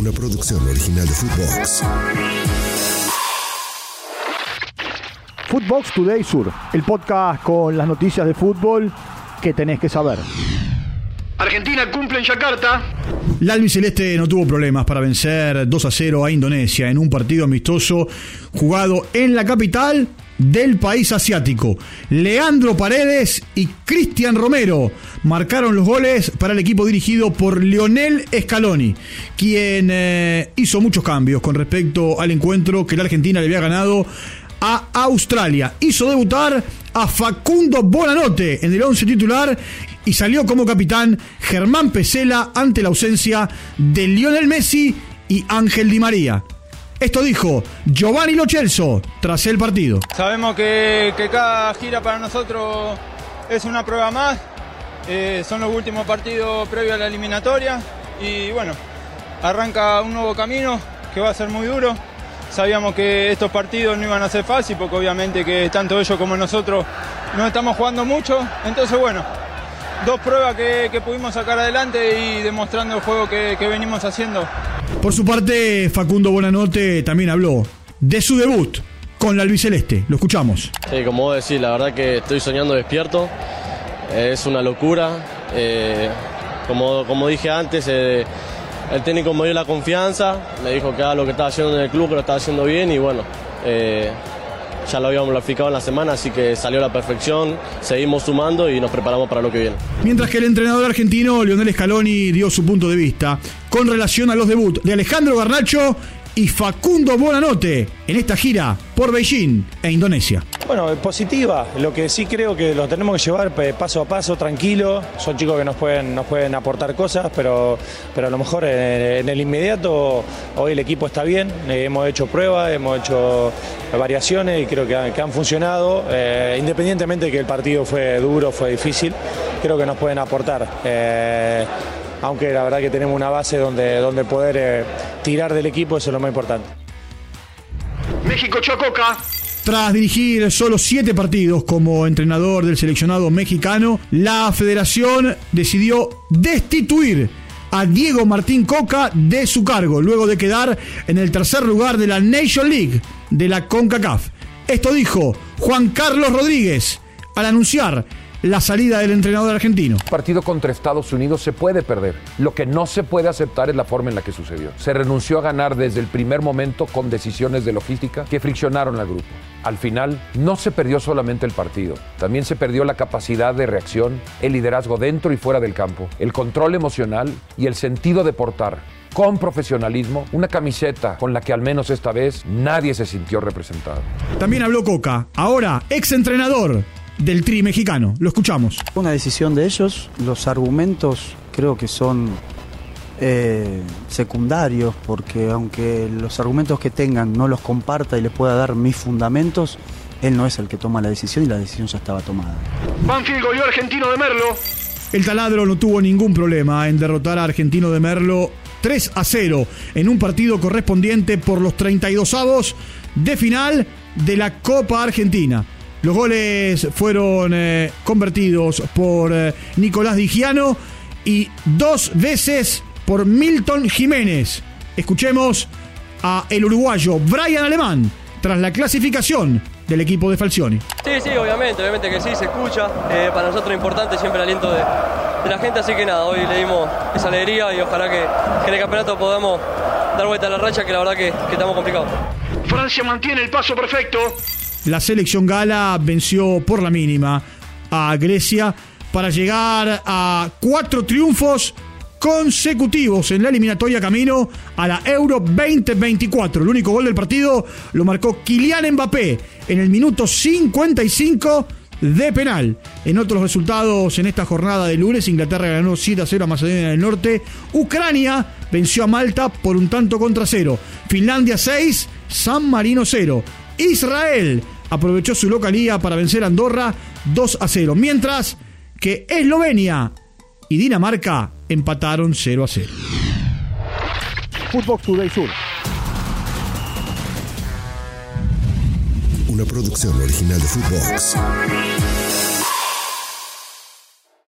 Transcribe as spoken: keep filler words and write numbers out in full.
Una producción original de Footbox. Footbox Today Sur, el podcast con las noticias de fútbol que tenés que saber. Argentina cumple en Yakarta. La albiceleste no tuvo problemas para vencer dos a cero a Indonesia en un partido amistoso jugado en la capital del país asiático. Leandro Paredes y Cristian Romero marcaron los goles para el equipo dirigido por Lionel Scaloni, quien eh, hizo muchos cambios con respecto al encuentro que la Argentina le había ganado a Australia. Hizo debutar a Facundo Bonanote en el once titular y salió como capitán Germán Pesela ante la ausencia de Lionel Messi y Ángel Di María. Esto dijo Giovanni Lo Celso tras el partido. Sabemos que, que cada gira para nosotros es una prueba más. Eh, son los últimos partidos previos a la eliminatoria. Y bueno, arranca un nuevo camino que va a ser muy duro. Sabíamos que estos partidos no iban a ser fáciles porque obviamente que tanto ellos como nosotros no estamos jugando mucho. Entonces bueno, dos pruebas que, que pudimos sacar adelante y demostrando el juego que, que venimos haciendo. Por su parte, Facundo Bonanote también habló de su debut con la albiceleste. Lo escuchamos. Sí, como vos decís, la verdad que estoy soñando despierto. Es una locura. Eh, como, como dije antes, eh, el técnico me dio la confianza, me dijo que haga lo que estaba haciendo en el club, que lo estaba haciendo bien y bueno, eh, ya lo habíamos planificado en la semana, así que salió a la perfección, seguimos sumando y nos preparamos para lo que viene. Mientras que el entrenador argentino Lionel Scaloni dio su punto de vista con relación a los debuts de Alejandro Garnacho y Facundo Bonanote en esta gira por Beijing e Indonesia. Bueno, positiva, lo que sí creo que lo tenemos que llevar paso a paso, tranquilo. Son chicos que nos pueden, nos pueden aportar cosas, pero, pero a lo mejor en, en el inmediato hoy el equipo está bien, eh, hemos hecho pruebas, hemos hecho variaciones y creo que han, que han funcionado. Eh, independientemente de que el partido fue duro, fue difícil, creo que nos pueden aportar. Eh, aunque la verdad que tenemos una base donde, donde poder eh, tirar del equipo, eso es lo más importante. México echó a Coca. Tras dirigir solo siete partidos como entrenador del seleccionado mexicano, la federación decidió destituir a Diego Martín Coca de su cargo, luego de quedar en el tercer lugar de la Nation League de la CONCACAF. Esto dijo Juan Carlos Rodríguez al anunciar la salida del entrenador argentino. El partido contra Estados Unidos se puede perder. Lo que no se puede aceptar es la forma en la que sucedió. Se renunció a ganar desde el primer momento con decisiones de logística que friccionaron al grupo. Al final, no se perdió solamente el partido, también se perdió la capacidad de reacción, el liderazgo dentro y fuera del campo, el control emocional y el sentido de portar con profesionalismo una camiseta con la que al menos esta vez nadie se sintió representado. También habló Coca, ahora exentrenador del Tri mexicano. Lo escuchamos. Una decisión de ellos, los argumentos creo que son eh, secundarios, porque aunque los argumentos que tengan no los comparta y les pueda dar mis fundamentos, él no es el que toma la decisión y la decisión ya estaba tomada. Banfield goleó a Argentino de Merlo. El taladro no tuvo ningún problema en derrotar a Argentino de Merlo tres a cero en un partido correspondiente por los treinta y dos avos de final de la Copa Argentina. Los goles fueron eh, convertidos por eh, Nicolás Digiano y dos veces por Milton Jiménez. Escuchemos a el uruguayo Brian Alemán tras la clasificación del equipo de Falcioni. Sí, sí, obviamente, obviamente que sí, se escucha. Eh, para nosotros es importante siempre el aliento de, de la gente, así que nada, hoy le dimos esa alegría y ojalá que, que en el campeonato podamos dar vuelta a la racha, que la verdad que, que estamos complicados. Francia mantiene el paso perfecto. La selección gala venció por la mínima a Grecia para llegar a cuatro triunfos consecutivos en la eliminatoria camino a la Euro veinte veinticuatro. El único gol del partido lo marcó Kylian Mbappé en el minuto cincuenta y cinco de penal. En otros resultados en esta jornada de lunes, Inglaterra ganó siete a cero a Macedonia del Norte. Ucrania venció a Malta por un tanto contra cero. Finlandia seis, San Marino cero. Israel aprovechó su localía para vencer a Andorra dos a cero. Mientras que Eslovenia y Dinamarca empataron cero a cero. Footbox Today Sur. Una producción original de Footbox.